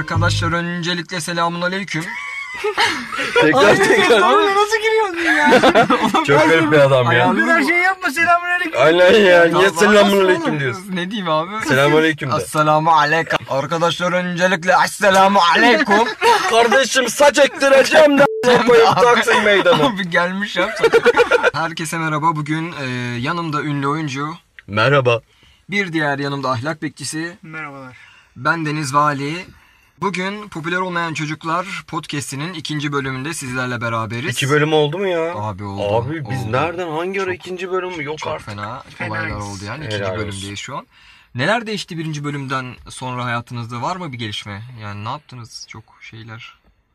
Arkadaşlar öncelikle selamun aleyküm. Tekrar. Abi nasıl giriyorsun ya? Çok garip bir adam ya. Bu kadar şey yapma, selamünaleyküm. Aynen ya. Niye selamunaleyküm diyorsun? Ne diyeyim abi? Selamünaleyküm de. Esselamu aleyküm. Arkadaşlar öncelikle esselamu aleyküm. Kardeşim saç ektireceğim de koyup Taksim meydanı. Abi gelmiş ya. Herkese merhaba. Bugün yanımda ünlü oyuncu. Merhaba. Bir diğer yanımda ahlak bekçisi. Merhabalar. Ben Deniz Vali. Bugün Popüler Olmayan Çocuklar podcast'inin 2. bölümünde sizlerle beraberiz. 2 bölüm oldu mu ya? Abi oldu. Abi biz oldu. nereden hangi ara 2. bölüm yok Çok artık. fena Fenayız. olaylar oldu yani. 2. Helal bölümdeyiz olsun. şu an. Neler değişti 1. bölümden sonra hayatınızda? Var mı bir gelişme? Yani ne yaptınız? Çok şeyler.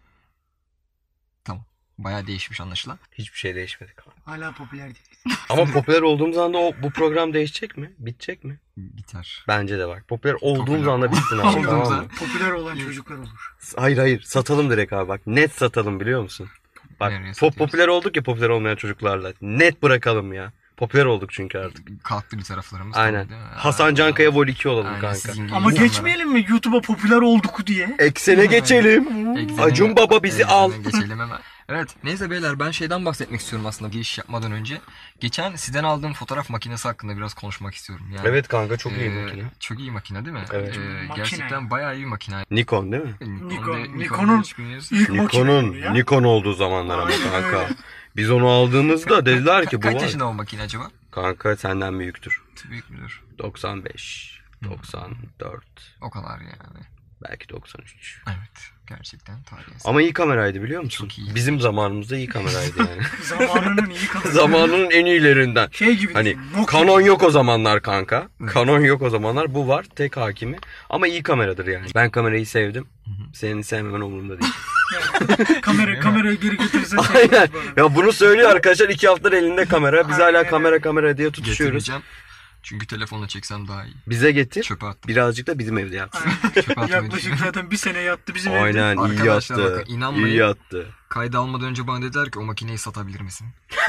Tamam. Bayağı değişmiş anlaşılan. Hiçbir şey değişmedi. Hala popüler değil. Ama popüler olduğumuz anda bu program değişecek mi? Bitecek mi? Biter. Bence de bak. Popüler olduğumuz Popüler anda bitsin abi. olduğumuz Tamam an. mı? Popüler olan çocuklar olur. Hayır. Satalım direkt abi bak. Net satalım biliyor musun? Bak Nereye satıyoruz? popüler olduk ya popüler olmayan çocuklarla. Net bırakalım ya. Popüler olduk çünkü artık. Kalktı bir taraflarımız. Aynen. Değil mi? Hasan Cankaya vol 2 olalım Aynen, kanka. sizin gibi Ama insanlara. geçmeyelim mi YouTube'a popüler olduk diye? Eksene geçelim. Eksene- Acun Baba bizi eksene al. Geçelim hemen. Evet. Neyse beyler ben şeyden bahsetmek istiyorum aslında giriş yapmadan önce. Geçen sizden aldığım fotoğraf makinesi hakkında biraz konuşmak istiyorum. Yani, Evet kanka çok iyi makine. Çok iyi makine değil mi? Evet. Makine. Gerçekten bayağı iyi bir makine. Nikon değil mi? Nikon'un ilk Nikon'un ya. Nikon olduğu zamanlar ama Aynen kanka. öyle. Biz onu aldığımızda dediler ki bu Kaç var. yaşında o makine acaba? Kanka senden büyüktür. Büyük müdür? 95, 94, O kadar yani. belki 93. Evet. Gerçekten tarihi eser. Ama iyi kameraydı biliyor musun? Çok iyi. Bizim zamanımızda iyi kameraydı yani. Zamanının iyi kamerası. Zamanının en iyilerinden. Şey gibi Hani düşün, Nokia. Canon yok o zamanlar kanka. Canon yok o zamanlar. Bu var tek hakimi. Ama iyi kameradır yani. Ben kamerayı sevdim. Senin sevmemen umurumda değil. Kamerayı geri getirsen. Aynen. Ya bunu söylüyor arkadaşlar 2 haftadır elinde kamera. Biz hala kamera diye tutuşuyoruz. Getireceğim. Çünkü telefonla çeksem daha iyi. Bize getir. Çöpe at. Birazcık da bizim evde yatsın. Çöpe atmayı Yaklaşık düşünüyorum. zaten bir sene yattı bizim evde. Aynen iyi Arkadaşlar yattı. bakın, inanmayın. İyi yattı. Kayda almadan önce bana dediler ki o makineyi satabilir misin?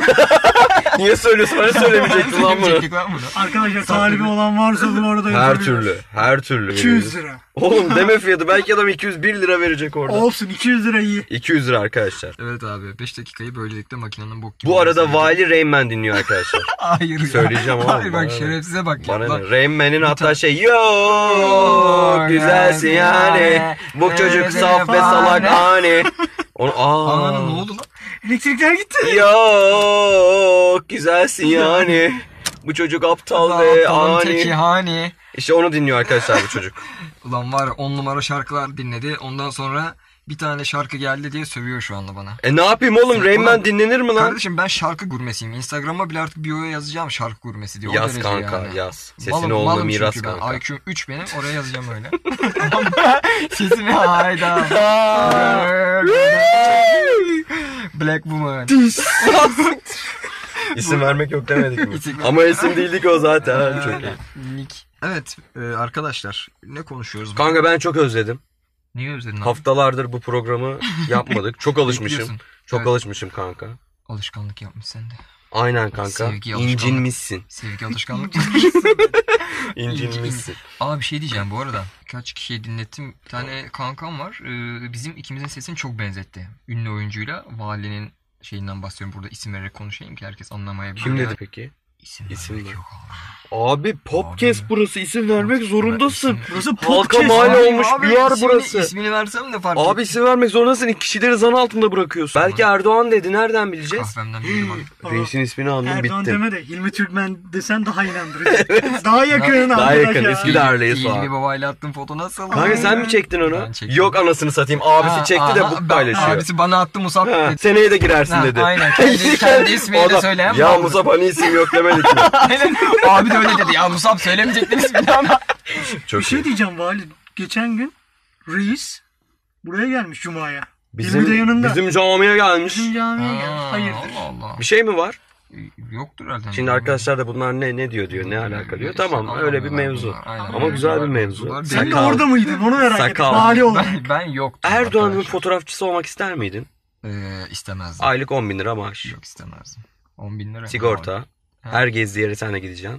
Niye söylüyorsun? Hani söylemeyecektin lan bunu. Söylemeyecektik lan bunu. Arkadaşlar talibi olan varsa bu arada Her yazabilir. türlü. Her türlü. 200 lira. Oğlum deme fiyatı. Belki adam 201 lira verecek orada. Olsun 200 lira iyi. 200 lira arkadaşlar. Evet abi 5 dakikayı böylelikle makinenin bok gibi. Bu arada olmasına- Vali Rain Man dinliyor arkadaşlar. Hayır ya. Söyleyeceğim ama Hayır bana bak ne? şerefsize bak ya. Bana Bak, ne? Rain Man'in hatta şey yo Oo, güzelsin yani. yani. Bu çocuk Evet, saf ve evet, salak yani. hani. Onu Ananın ne oldu lan? Elektrikler gitti. yo güzelsin yani. Bu çocuk aptal ve Aptalın teki ani. hani. İşte onu dinliyor arkadaşlar bu çocuk. Ulan var ya 10 numara şarkılar dinledi. Ondan sonra bir tane şarkı geldi diye sövüyor şu anda bana. Ne yapayım oğlum Rain Man Ulan, dinlenir mi lan? Kardeşim ben şarkı gurmesiyim. Instagram'a bile artık bio'ya yazacağım şarkı gurmesi diye. O Yaz derece kanka yani. yaz. Sesini Malım- oğluna malım miras çünkü ben. kanka. IQ'm 3 benim oraya yazacağım öyle. Sesimi hayda. Black Woman. İsim vermek yok demedik mi? İsim- Ama isim değildik o zaten. Çok iyi. Nick. Evet arkadaşlar ne konuşuyoruz? Kanka ben çok özledim. Niye özledin abi? Haftalardır bu programı yapmadık. Çok alışmışım. Bekliyorsun. Çok Evet. alışmışım kanka. Alışkanlık yapmış sen de. Aynen kanka. Sevgi, alışkanlık. İncinmişsin. Sevgi alışkanlık. İncinmişsin. Aa bir şey diyeceğim bu arada. Birkaç kişiye dinlettim. Bir tane kankam var. Bizim ikimizin sesini çok benzetti. Ünlü oyuncuyla. Valinin şeyinden bahsediyorum. Burada isim vererek konuşayım ki herkes anlamayabilir. Kim yani. dedi peki? İsim, İsim vermek mi? yok abi. Abi podcast Abi. burası. İsim vermek zorundasın. Burası Halka podcast. mal olmuş Abi, bir yer ismini- burası. İsmini versem ne fark Abi isim vermek zorundasın. Kişileri zan altında bırakıyorsun. Belki Erdoğan dedi. Nereden bileceğiz? Kahvemden biri bak. Reisin ismini aldım Erdoğan bittim. deme de Hilmi Türkmen desen daha inandırıcı. Daha yakın Daha arkadaş yakın, ya. eski de Erleyiz İlmi falan. babayla attığın foto nasıl? Kanka sen mi çektin onu? Ben çektim. Yok anasını satayım. Abisi çekti de bu paylaşıyor. Abisi bana attı Musab Ha, dedi. seneye de girersin Ha, dedi. aynen. Kendi ismini de Adam, söyleyen ya vardı. Musab hani isim yok demedik mi? Aynen. Abi de öyle dedi. Ya Musab söylemeyecektin ismini ama. Çok Bir şey iyi. diyeceğim Vali. Geçen gün Reis buraya gelmiş Cuma'ya. Hilmi de yanında. Bizim camiye gelmiş. Bizim camiye gelmiş. Aa, Hayırdır? Allah Allah. Bir şey mi var? Yoktur herhalde. Şimdi arkadaşlar da bunlar ne diyor ne alaka diyor. Tamam öyle bir mevzu. Aynen. Ama güzel bir mevzu. Mevzular Sen de Sakal. orada mıydın? Onu merak ettim. Sakal. Vali olarak. Ben yoktum. Erdoğan'ın arkadaşlar. fotoğrafçısı olmak ister miydin? İstemezdim. Aylık 10 bin lira maaş. Yok istemezdim. 10 bin lira. Sigorta. Ha. Her gezdiği yere sen de gideceksin.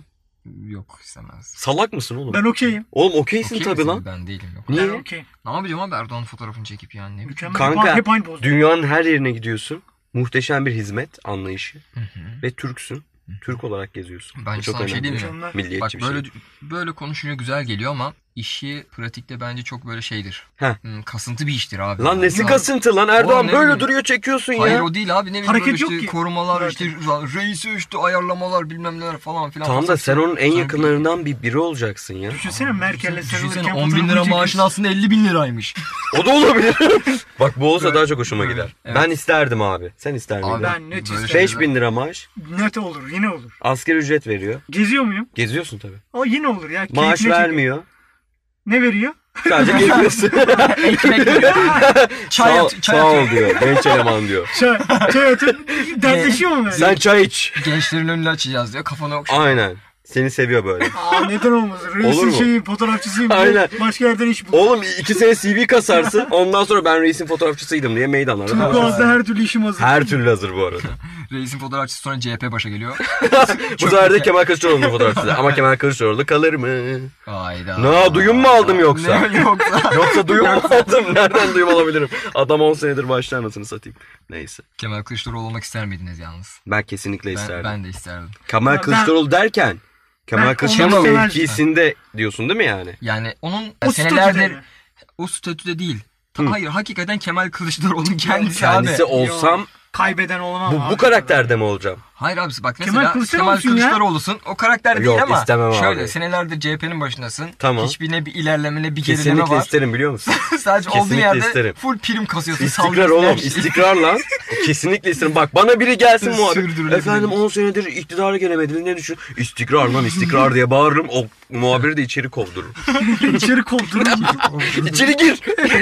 Yok istemez. Salak mısın oğlum? Ben okeyim. Oğlum okeysin Okey tabii misin? lan. Ben değilim yok. Niye? Ben okeyim. Ne yapacağım abi Erdoğan'ın fotoğrafını çekip yani ne bileyim. Mükemmel. Kanka Hep aynı poz. dünyanın her yerine gidiyorsun. Muhteşem bir hizmet anlayışı. Hı hı. Ve Türksün. Türk olarak geziyorsun. Bence Bu çok sana bir şey önemli. diyeyim mi? Mükemmel. Milliyetçi Bak bir şey. böyle konuşunca güzel geliyor ama işi pratikte bence çok böyle şeydir. Heh. Kasıntı bir iştir abi. Lan nesi Yani- kasıntı lan? Erdoğan Oğlum ne böyle bileyim. duruyor çekiyorsun ya. Hayır o değil abi ne bileyim Hareket böyle yok işte ki. korumalar Evet. işte reisi işte ayarlamalar bilmem neler falan filan. Tamam da Falan. sen onun en Sonra yakınlarından biri olacaksın ya. Düşünsene Merkel'le Düşünsene sarılırken 10 bin lira fotoğrafını maaşın çekiyorsun. aslında 50 bin liraymış. O da olabilir. Bak bu olsa Evet. daha çok hoşuma Evet. gider. Evet. Ben isterdim abi. Sen ister miydin? Abi Ben net böyle isterim. 5000 lira maaş. Net olur yine olur. Asgari ücret veriyor. Geziyor muyum? Geziyorsun tabii. O yine olur ya. Maaş Keyfine çekiyor. vermiyor. Ne veriyor? Sadece geziyorsun. Ekmek veriyor. Çay sağ, at, çay sağ ol atıyor. diyor. Genç eleman diyor. Çay atıp dertleşiyor mu böyle? Sen çay iç. Gençlerin önünü açacağız diyor. Kafana okşuyor. Aynen. Seni seviyor böyle. Aa neden olmasın? Olur Reisin mu? şeyi fotoğrafçısıyım. diye Aynen. Başka yerden iş bul. Oğlum 2 sene CV kasarsın. Ondan sonra ben reisin fotoğrafçısıydım diye meydanlarda. Turkuaz'da her türlü işim hazır. Her türlü hazır bu arada. Reisin fotoğrafçısı sonra CHP başa geliyor. Bu sefer de Kemal Kılıçdaroğlu'nun fotoğrafçısı. Ama Kemal Kılıçdaroğlu kalır mı? Hayda. Ne duyum mu aldım yoksa? Ne yoksa. Yoksa duyum mu aldım? Nereden duyum alabilirim? Adam 10 senedir başlar anasını satayım. Neyse. Kemal Kılıçdaroğlu olmak ister miydiniz yalnız? Ben kesinlikle isterdim. Ben de isterdim. Kemal Ben- Kılıçdaroğlu derken Kemal Ben Kılıçdaroğlu olmak mevkisinde diyorsun değil mi yani? Yani onun O senelerdir statüde mi? o statüde değil. Hı. Hayır hakikaten Kemal Kılıçdaroğlu'nun kendisi, Kendisi abi. olsam Kaybeden olmam abi. bu karakterde mi olacağım? Hayır abi bak Kemal mesela Kılıçdaroğlu'sun Kemal ya. Kılıçdaroğlu'sun. O karakter değil Yok, ama istemem abi. şöyle senelerdir CHP'nin başındasın. Tamam. Hiçbir ne bir ilerleme ne bir gerileme Kesinlikle var. isterim biliyor musun? Sadece olduğun Kesinlikle yerde isterim. full prim kasıyorsun. İstikrar sallıyorsun oğlum. her şeyi. İstikrar lan. Kesinlikle isterim. Bak bana biri gelsin muhabir. Sürdürülebilir. Efendim 10 senedir iktidara gelemediniz. Ne düşün? İstikrar lan istikrar diye bağırırım. O muhabiri de içeri kovdururum. İçeri kovdururum. İçeri gir.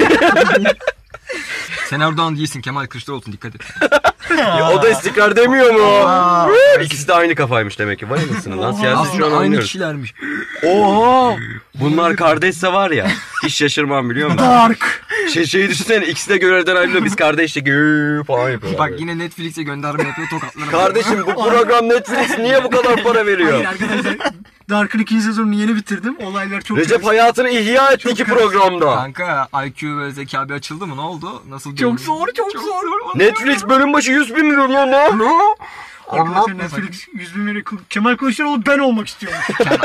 Sen Erdoğan değilsin Kemal Kılıçdaroğlu'sun dikkat et. Ya, o da istikrar demiyor mu? İkisi de aynı kafaymış demek ki. Vay anasını lan. Siyasi şu an Aslında aynı oynuyoruz. kişilermiş. Oha! Bunlar kardeşse var ya. Hiç şaşırmam biliyor musun? Dark. Şeyi düşünsene ikisi de görevden ayrılıyor. Biz kardeşlik falan yapıyorlar. Bak böyle. yine Netflix'e gönderme yapıyor tokatları. Kardeşim bu program Netflix niye bu kadar para Hayır veriyor? arkadaşlar. Dark'ın 2. sezonunu yeni bitirdim. Olaylar çok Recep karışık. hayatını ihya etti iki programda. Kanka IQ ve zeka bir açıldı mı ne oldu? Nasıl Çok görünüyor? zor, çok zor. Netflix bölüm başı 100 bin milyon ya ne? Arkadaşlar Netflix 100 bin lira Kemal Kılıçdaroğlu ben olmak istiyorum.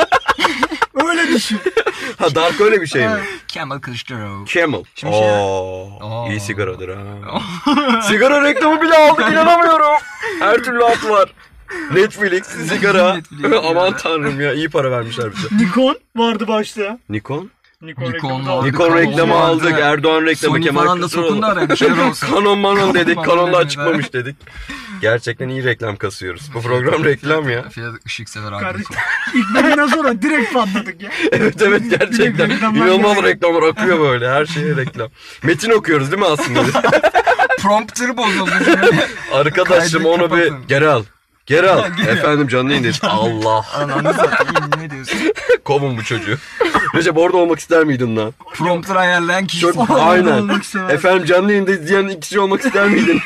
Öyle düşün. Ha Dark öyle bir şey mi? Kemal Kılıçdaroğlu. Camel. Şimdi şey- Oo, iyi sigaradır ha. Sigara reklamı bile aldık inanamıyorum. Her türlü at var. Netflix, sigara. Netflix, Aman sigara. tanrım ya iyi para vermişler bize. Nikon vardı başta. Nikon? Nikon Nikon reklamı da vardı. aldık. Nikon Canon reklamı vardı. aldık. Erdoğan reklamı. Sony Kemal falan da Kılıçdaroğlu. sokundu araya bir şeyler olsun. Canon Manon dedik. Canon Canon'dan dediler. çıkmamış dedik. Gerçekten iyi reklam kasıyoruz. Bu program reklam ya. Fiyat ışık sever abi. Kardeşim ilk bölümden sonra direkt patladık ya. Evet gerçekten. Reklamlar İnanılmaz geldi. reklamlar akıyor böyle. Her şeye reklam. Metin okuyoruz değil mi aslında? Prompter bozuldu. Arkadaşım Kaydı onu bir kapatın. geri al. Geri al. Efendim canlı yayındayız. Allah. Ananı satayım ne diyorsun? Kovun bu çocuğu. Recep orada olmak ister miydin lan? Prompter ayarlayan kişi. Çok Orada aynen. olmak istemem. Efendim canlı yayındayız diyen kişi olmak ister miydin?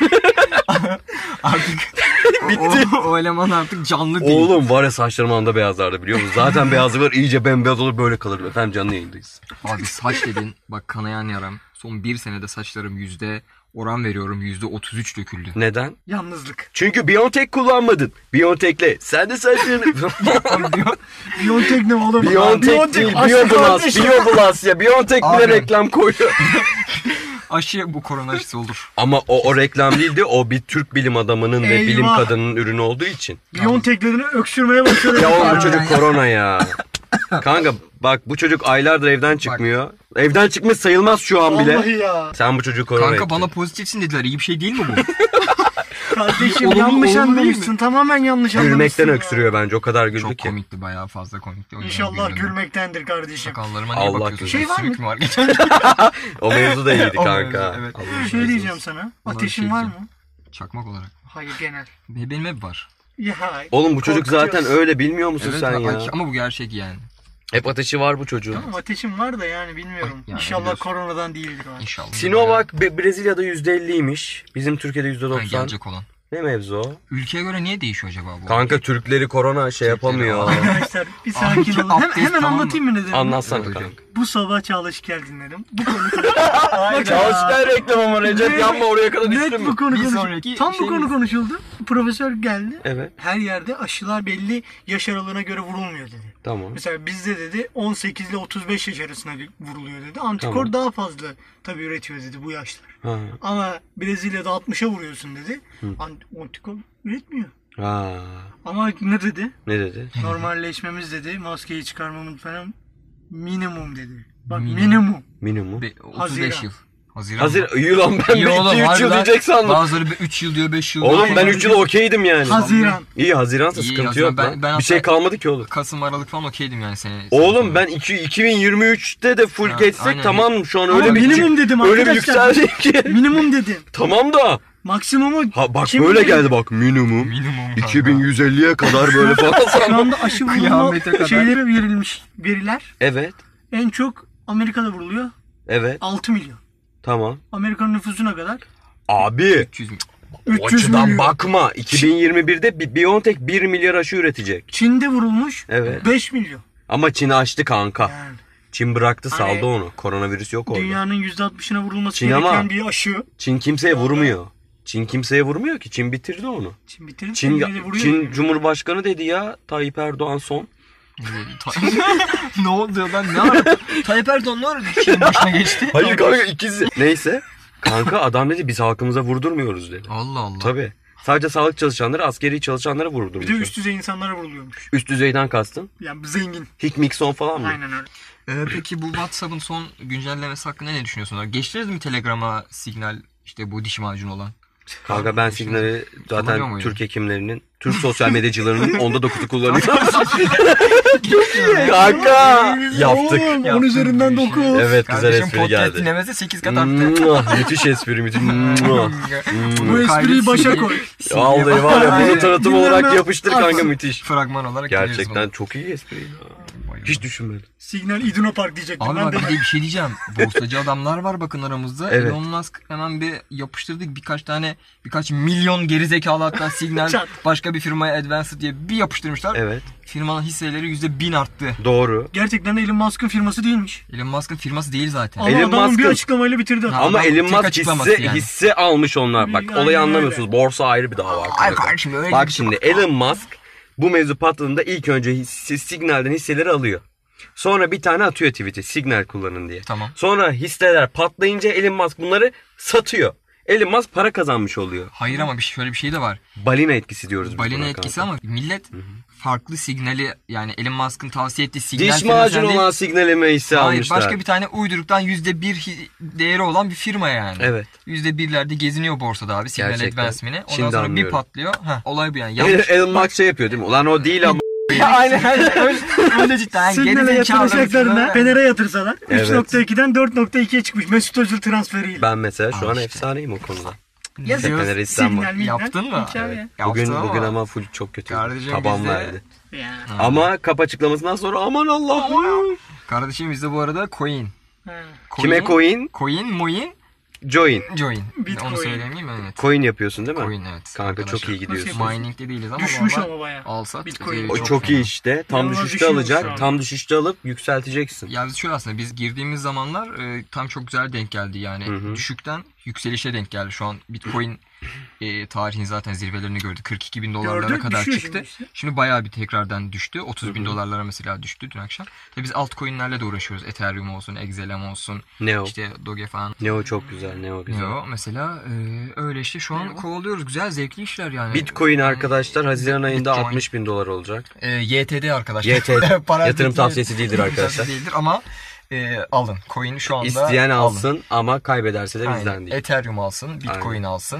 Artık Bitti. o eleman artık canlı değil. Oğlum var ya saçlarım anda beyazlardı biliyor musun? Zaten beyazı var iyice bembeyaz olur böyle kalır. Efendim canlı yayındayız. Abi saç dedin bak kanayan yaram. Son bir senede saçlarım oran veriyorum %33 döküldü. Neden? Yalnızlık. Çünkü Biontech kullanmadın. Biontech'le. Sen de saçlarını... Biontech ne oğlum? Biontech değil. aşı Bioblas. kardeşim. Bioblas ya. Biontech bile Abi. reklam koyuyor. Aşı bu korona aşısı olur. Ama o reklam değildi. O bir Türk bilim adamının ve bilim Eyvah. kadınının ürünü olduğu için. Biontech dediğini öksürmeye başladı. Ya oğlum bu çocuk korona ya. Kanka bak bu çocuk aylardır evden çıkmıyor. Evden çıkmış sayılmaz şu an bile. Vallahi ya. Sen bu çocuğu korona Kanka ettin. bana pozitifsin dediler. İyi bir şey değil mi bu? Kardeşim Olumlu- yanlış olumlu değil anlamışsın. Tamamen yanlış anlamışsın. Gülmekten ya. öksürüyor bence. O kadar güldü Çok ki. komikti bayağı fazla komikti. O yüzden İnşallah güldüm. gülmektendir kardeşim. Sakallarıma niye Allah bakıyorsun? korusun. Şey var Sümük mı? mü var? Geçen O mevzu da iyiydi O kanka. mevzu, evet. Allah Bir şey razı diyeceğim olsun. sana. Bana Ateşin bir var şey mı? Çakmak olarak. Hayır genel. Benim hep var. Ya, Oğlum bu çocuk zaten korkutuyorsun. öyle bilmiyor musun Evet sen ya? ama bu gerçek yani. Hep ateşi var bu çocuğun. Tamam ateşim var da yani bilmiyorum. Yani İnşallah biliyorsun. koronadan değildir o. İnşallah. Sinovac Brezilya'da %50'ymiş. Bizim Türkiye'de Ha, %90. gelecek olan. Ne mevzu o? Ülkeye göre niye değişiyor acaba bu? Kanka Türkleri korona şey yapamıyor. Arkadaşlar bir sakin olun. Abdest, Hemen tamam mı? anlatayım mı nedenini? Anlatsana Evet hocam. kanka. Bu sabah Çağla Şikel dinledim. Bu konu Çalışkan reklam ama Recep Ne? yanma oraya kadar net düştün mü? bu konu Bir konuşuldu. sonraki Tam bu şey konu mi? konuşuldu. Profesör geldi. Evet Her yerde aşılar belli yaş aralığına göre vurulmuyor dedi. tamam. Mesela bizde dedi 18 ile 35 yaş arasında vuruluyor dedi. Antikor Tamam. daha fazla tabii üretiyor dedi bu yaşlar. Ha. Ama Brezilya'da 60'a vuruyorsun dedi. Antikor üretmiyor. Ha. Ama ne dedi? Ne dedi? Normalleşmemiz dedi. Maskeyi çıkarmamız falan minimum dedi. Bak Minimum. minimum. Minimum. 35 Haziran. yıl. Haziran. Hazır iyi lan ben İyi bir oğlum, 2-3 yıl harbiden diyecek sandım. Bazıları 3 yıl diyor, 5 yıl diyor. Oğlum ben Hayır. 3 yıl okeydim yani. Haziran. İyi Haziran'sa İyi, sıkıntı Haziran. yok lan. Ben Bir şey hatta- kalmadı ki oğlum. Kasım, Aralık falan okeydim yani sene. Oğlum ben 2023'te de full Ha, geçsek aynen. tamam şu an Ama öyle bir minimum dedim öyle bir arkadaşlar. yükseldik ki. Minimum dedim. Tamam da. Maksimumu Ha bak kim böyle bilir? geldi bak minimum. Minimum kanka. 2150'ye kadar böyle falan Şu sandım. anda aşı vurulma Kıyamete kadar. şeyleri verilmiş veriler. Evet. En çok Amerika'da vuruluyor. Evet. 6 milyon. Tamam. Amerika'nın nüfusuna kadar Abi 300 milyon. o 300 açıdan milyon. bakma. 2021'de BioNTech 1 milyar aşı üretecek. Çin'de vurulmuş Evet. 5 milyon. Ama Çin açtı kanka. Yani Çin bıraktı Hani saldı onu. Koronavirüs yok orada. dünyanın %60'ına vurulması Çin gereken ama- bir aşı. Çin kimseye vurmuyor. Çin kimseye vurmuyor ki. Çin bitirdi onu. Çin bitirdi. Çin, yine de vuruyor. Çin Cumhurbaşkanı dedi ya Tayyip Erdoğan son. Ne oldu lan, ne ara? Tayyip Erdoğan ne ara Çin'in başına geçti? Hayır kanka ikisi. Neyse. Kanka adam dedi biz halkımıza vurdurmuyoruz dedi. Allah Allah. Tabii. Sadece sağlık çalışanları, askeri çalışanlara Bir de vurdurmuş. üst düzey insanlara vuruluyormuş. Üst düzeyden kastın. Yani zengin. Hikmikson falan mı? Aynen öyle. Peki bu WhatsApp'ın son güncellemesi hakkında ne düşünüyorsunuz? Geçtiniz mi Telegram'a Signal, işte bu diş macunu olan? Kanka ben Signal'i Kullanıyor zaten muydun? Türk hekimlerinin, Türk sosyal medyacılarının onda 9'u kullanıyorum. Kanka yaptık. Oğlum, 10 üzerinden 9. Evet güzel Kardeşim espri podcast geldi. dinlemesi 8 kat arttı. Müthiş espri müthiş. Bu espriyi başa koy. Vallahi var ya bunu tanıtım olarak Dinleme. yapıştır kanka müthiş. Fragman olarak Gerçekten çok iyi espri. Hiç düşünmedim. Signal İduna Park diyecektim. Abi ben bak de. bir de bir şey diyeceğim. Borsacı adamlar var bakın aramızda. Evet. Elon Musk hemen bir yapıştırdık birkaç milyon gerizekalı hatta Signal Çat. başka bir firmaya Advanced diye bir yapıştırmışlar. Evet. Firmanın hisseleri %1000 arttı. Doğru. Gerçekten de Elon Musk'ın firması değilmiş. Elon Musk'ın firması değil zaten. Ama Elon adamın bir Musk'ın- açıklamayla bitirdi. Ha, Ama adam Elon tek Musk açıklaması hisse, yani. hisse almış onlar. Bak Aynen olayı öyle. anlamıyorsunuz. Borsa ayrı bir dava. Ay kardeşim öyle Bak bir şey şimdi yok. Elon Musk bu mevzu patladığında ilk önce Signal'den hisseleri alıyor. Sonra bir tane atıyor tweet'i Signal kullanın diye. Tamam. Sonra hisseler patlayınca Elon Musk bunları satıyor. Elon Musk para kazanmış oluyor. Hayır ama şöyle bir şey de var. Balina etkisi diyoruz biz Balina buna etkisi kanka. ama millet farklı signali, yani Elon Musk'ın tavsiye ettiği signal Diş firması macunu değil. olan Signal'ime hisse Hayır, almışlar. başka bir tane uyduruktan %1 değeri olan bir firma yani. Evet. %1'lerde geziniyor borsada abi. Signal Gerçekten. Advance mi ne? Ondan Şimdi sonra bir anlıyorum. patlıyor. Olay bu yani. Yanlış. Elon Musk şey yapıyor değil mi? Ulan o değil ama. Aynen öyle cidden. Yani Signal'e gerizekalı yatıracaklarına mısın? Fener'e yatırsalar. Evet. 3.2'den 4.2'ye çıkmış Mesut Özil transferiyle. Ben mesela şu Aa, an işte. efsaneyim o konuda. Yazık. Fener'e istem var. Signal, Yaptın mı? hikaye. Bugün ama full çok kötü. Kardeşim Taban bizde- verdi. Ya. Ama kap açıklamasından sonra aman Allah'ım. Kardeşim bizde bu arada coin. Ha. Kime coin? Coin, moin, Join. join. Bitcoin. Onu söyleyeyim mi? Evet. Coin yapıyorsun değil mi? Coin evet. Kanka Arkadaşlar. çok iyi gidiyorsun. Nasıl Mining'de değiliz ama Düşmüş normal ama bayağı. alsak. Bitcoin. O çok iyi işte. Tam İnanılmaz düşüşte düşüyormuş şu alacak. an. Tam düşüşte alıp yükselteceksin. Ya biz şöyle aslında biz girdiğimiz zamanlar tam çok güzel denk geldi yani. Hı. Düşükten yükselişe denk geldi. Şu an Bitcoin tarihin zaten zirvelerini gördü. 42 bin dolarlara Gördük, kadar düşüyor çıktı. şimdi Şimdi, işte. bayağı bir tekrardan düştü. 30 bin dolarlara mesela düştü dün akşam. Tabii biz altcoin'lerle de uğraşıyoruz. Ethereum olsun, Exelem olsun, Neo. işte Doge falan. Neo çok güzel. Neo güzel. Neo mesela öyle işte şu an kovalıyoruz. Güzel zevkli işler yani. Bitcoin arkadaşlar Haziran ayında Bitcoin. 60 bin dolar olacak. YTD arkadaşlar. YTD. Para Yatırım değil. tavsiyesi değildir Yatırım arkadaşlar. tavsiyesi değildir ama alın. Coin'i şu anda İsteyen alın. alsın ama kaybederse de bizden Aynen. değil. Ethereum alsın, Bitcoin Aynen. alsın,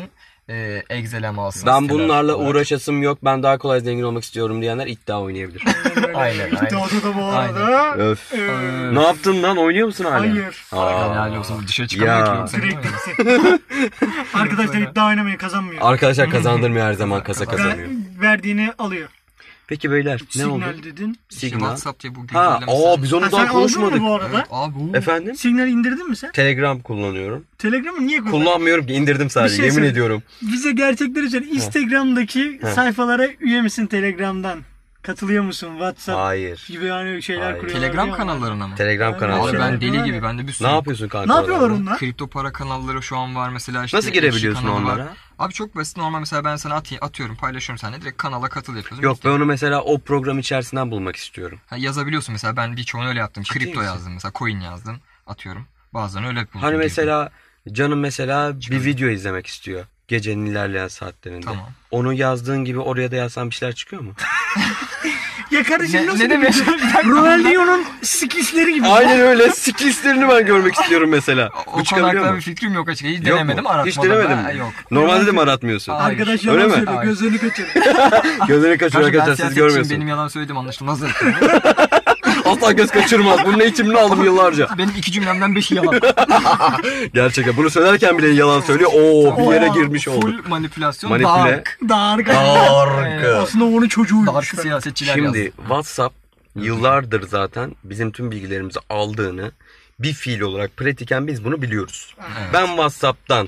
Exelem alsın. Ben siteler bunlarla olarak. uğraşasım yok. Ben daha kolay zengin olmak istiyorum diyenler iddia oynayabilir. Aynen, İddiada da bu arada. Öf. Ee, Ne yaptın lan? Oynuyor musun hala? Hayır. Aa. Helal olsun. Dışarı Ya. çıkamıyor ki. Direkt bitti. Arkadaşlar iddia oynamayı kazanmıyor. Arkadaşlar kazandırmıyor her zaman kasa Ver- kazanıyor. verdiğini alıyor. Peki beyler ne oldu? Signal dedin. İşte Signal. WhatsApp diye bu Ha, güncellemesi. biz onu Ha, sen daha aldın konuşmadık. mı bu arada? Evet, abi o. Efendim? Signal indirdin mi sen? Telegram kullanıyorum. Telegram'ı niye kullandın? Kullanmıyorum ki, indirdim sadece, Bir şey yemin söyle. ediyorum. Bize gerçekleri söyle. Instagram'daki Ha. sayfalara üye misin Telegram'dan? Katılıyor musun? WhatsApp Hayır. gibi yani şeyler Hayır. kuruyorlar. Telegram ya. kanallarına mı? Telegram Abi kanalı. Abi şeyler ben deli var gibi, ya. bende bir sürü. Ne yapıyorsun kanka? Ne yapıyorlar orada? onlar? Kripto para kanalları şu an var mesela, işte Nasıl eşi girebiliyorsun kanalı var. onlara? Abi çok basit, normal mesela ben sana atıyorum, paylaşıyorum, sen de direkt kanala katıl yapıyorsun. Yok, Bitti. ben onu mesela o program içerisinden bulmak istiyorum. Ha, yazabiliyorsun mesela, ben birçoğunu öyle yaptım. Ciddi Kripto misin? yazdım mesela, coin yazdım, atıyorum. Bazen öyle buldum. Hani girdim. mesela canım mesela bir Çıkarım. video izlemek istiyor. Gecenin ilerleyen saatlerinde. Tamam. Onu yazdığın gibi oraya da yazsan bir şeyler çıkıyor mu? Ya kardeşim Ne- nasıl ne demek? Ronaldinho'nun skillsleri gibi. Aynen öyle. Skillslerini ben görmek istiyorum mesela. O Bu konu çıkabiliyor hakkında mu? bir fikrim yok açıkçası. Hiç Yok denemedim, mu? aratmadım. Hiç denemedin Ha, mi? yok. Normalde de mi aratmıyorsun? Hayır. Arkadaş Öyle yalan mi? söylüyor. Hayır. Gözlerini kaçırıyor. Gözlerini kaçırıyor Kanka ben arkadaşlar, siz siyasetçiyim, görmüyorsunuz. benim yalan söylediğim anlaşılmaz zaten. Asla göz kaçırmaz. Bunun eğitimini aldım yıllarca. Benim 2 cümlemden 5'i yalan. Gerçekten bunu söylerken bile yalan söylüyor. Oo, bir yere Oo, girmiş olduk. Full manipülasyon, Manipüle. dark. Dark. Aslında onun çocuğuymuş. Dark siyasetçiler Şimdi yazdı. WhatsApp yıllardır zaten bizim tüm bilgilerimizi aldığını, bir fiil olarak pratiken biz bunu biliyoruz. Evet. Ben WhatsApp'tan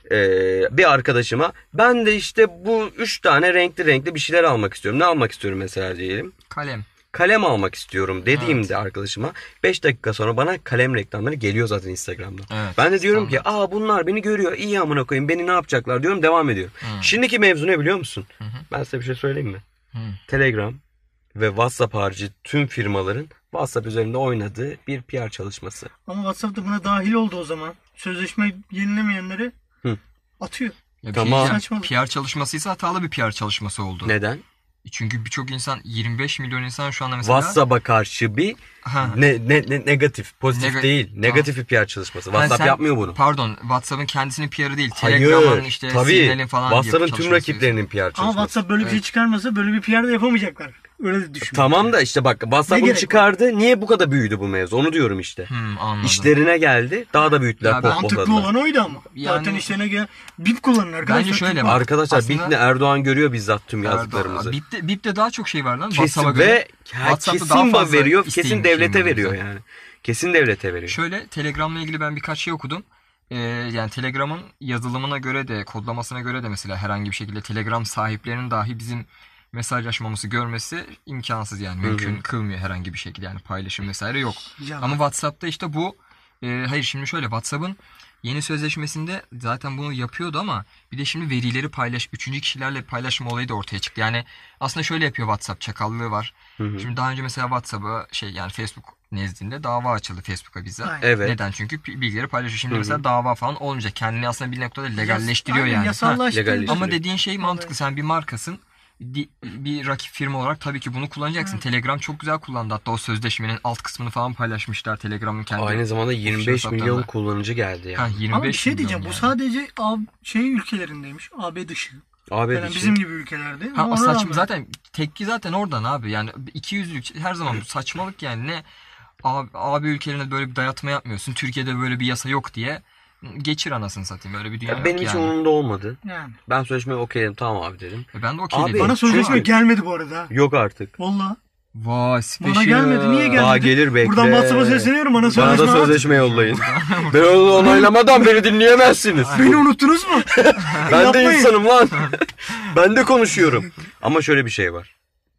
bir arkadaşıma ben de işte bu 3 tane renkli bir şeyler almak istiyorum. Ne almak istiyorum mesela diyelim. Kalem. Kalem almak istiyorum dediğimde arkadaşıma 5 dakika sonra bana kalem reklamları geliyor zaten Instagram'dan. Evet, Ben de diyorum ki standart. bunlar beni görüyor, iyi amına koyayım, beni ne yapacaklar diyorum, devam ediyor. Şimdiki mevzu ne biliyor musun? Ben size bir şey söyleyeyim mi? Telegram ve WhatsApp harici tüm firmaların WhatsApp üzerinde oynadığı bir PR çalışması. Ama WhatsApp da buna dahil oldu o zaman. Sözleşme yenilemeyenleri Hı. atıyor. Ya bir Tamam. şey diyeceğim, Saçmalık. PR çalışmasıysa hatalı bir PR çalışması oldu. Neden? Çünkü birçok insan, 25 milyon insan şu anda mesela. WhatsApp'a karşı bir Ha. negatif, pozitif değil. Negatif bir PR çalışması. WhatsApp sen- yapmıyor bunu. Pardon, WhatsApp'ın kendisinin PR'ı değil. Hayır, Telegram'ın işte tabii. Signal'in falan WhatsApp'ın yapı tüm çalışması rakiplerinin PR çalışması. Ama WhatsApp böyle bir şey çıkarmasa böyle bir PR da yapamayacaklar. Öyle de düşün. Tamam da işte bak, WhatsApp Ne bunu gerek çıkardı. Niye bu kadar büyüdü bu mevzu? Onu diyorum işte. Anladım. İşlerine geldi. Daha da büyüttüler. Ya ben- Mantıklı pohpohladılar. olan oydu ama. Yani- Zaten işlerine gelen BIP kullanın arkadaşlar. Bence şöyle bak. Arkadaşlar Aslında- Bip'le Erdoğan görüyor bizzat tüm yazdıklarımızı. Bip'te daha çok şey var lan. Kesin WhatsApp'a ve göre. WhatsApp'ta daha kesin fazla veriyor. Kesin isteğim, devlete şeyim var veriyor zaten. yani. Kesin devlete veriyor. Şöyle, Telegram'la ilgili ben birkaç şey okudum. Yani Telegram'ın yazılımına göre de, kodlamasına göre de mesela herhangi bir şekilde Telegram sahiplerinin dahi bizim mesajlaşmamızı görmesi imkansız yani. Mümkün kılmıyor herhangi bir şekilde, yani paylaşım vesaire yok. Ya. Ama WhatsApp'ta işte bu hayır, şimdi şöyle, WhatsApp'ın yeni sözleşmesinde zaten bunu yapıyordu ama bir de şimdi verileri üçüncü kişilerle paylaşma olayı da ortaya çıktı. Yani aslında şöyle yapıyor WhatsApp, çakallığı var. Şimdi daha önce mesela WhatsApp'a yani Facebook nezdinde dava açıldı, Facebook'a bizzat. Aynen. Evet. Neden? Çünkü bilgileri paylaşıyor. Şimdi mesela dava falan olmayacak. Kendini aslında bir noktada legalleştiriyor Aynen, yani. Yasallaştırıyor. legalleştiriyor. Ama dediğin şey mantıklı. Sen bir markasın. Bir rakip firma olarak tabii ki bunu kullanacaksın. Telegram çok güzel kullandı. Hatta o sözleşmenin alt kısmını falan paylaşmışlar Telegram'ın kendi. Aynı zamanda 25 milyon hesaplarında. kullanıcı geldi yani. Ha, 25 Ama bir şey milyon diyeceğim. Bu yani. sadece ülkelerindeymiş. AB dışı. Abi Yani düşün. bizim gibi ülkelerde. Ha, Ama o ona saçma rağmen- zaten, tepki zaten oradan abi. Yani 200'lük her zaman bu saçmalık yani. Ne AB ülkelerine böyle bir dayatma yapmıyorsun. Türkiye'de böyle bir yasa yok diye geçir anasını satayım. Böyle bir dünya Ya yok benim hiç yani. umurumda olmadı. Yani. Ben sözleşmeye okey dedim, tamam abi dedim. Ben de okey Abi, dedim. Bana sözleşme Çünkü- gelmedi bu arada. Yok artık. Valla. Vay, special. Bana gelmedi. Niye gelmedi? Daha gelir, bekle. Buradan WhatsApp'a sesleniyorum. Bana Bana sözleşme da at. sözleşme yollayın. Ben onu onaylamadan beni dinleyemezsiniz. Beni unuttunuz mu? Ben de Yapmayın. insanım lan. Ben de konuşuyorum. Ama şöyle bir şey var.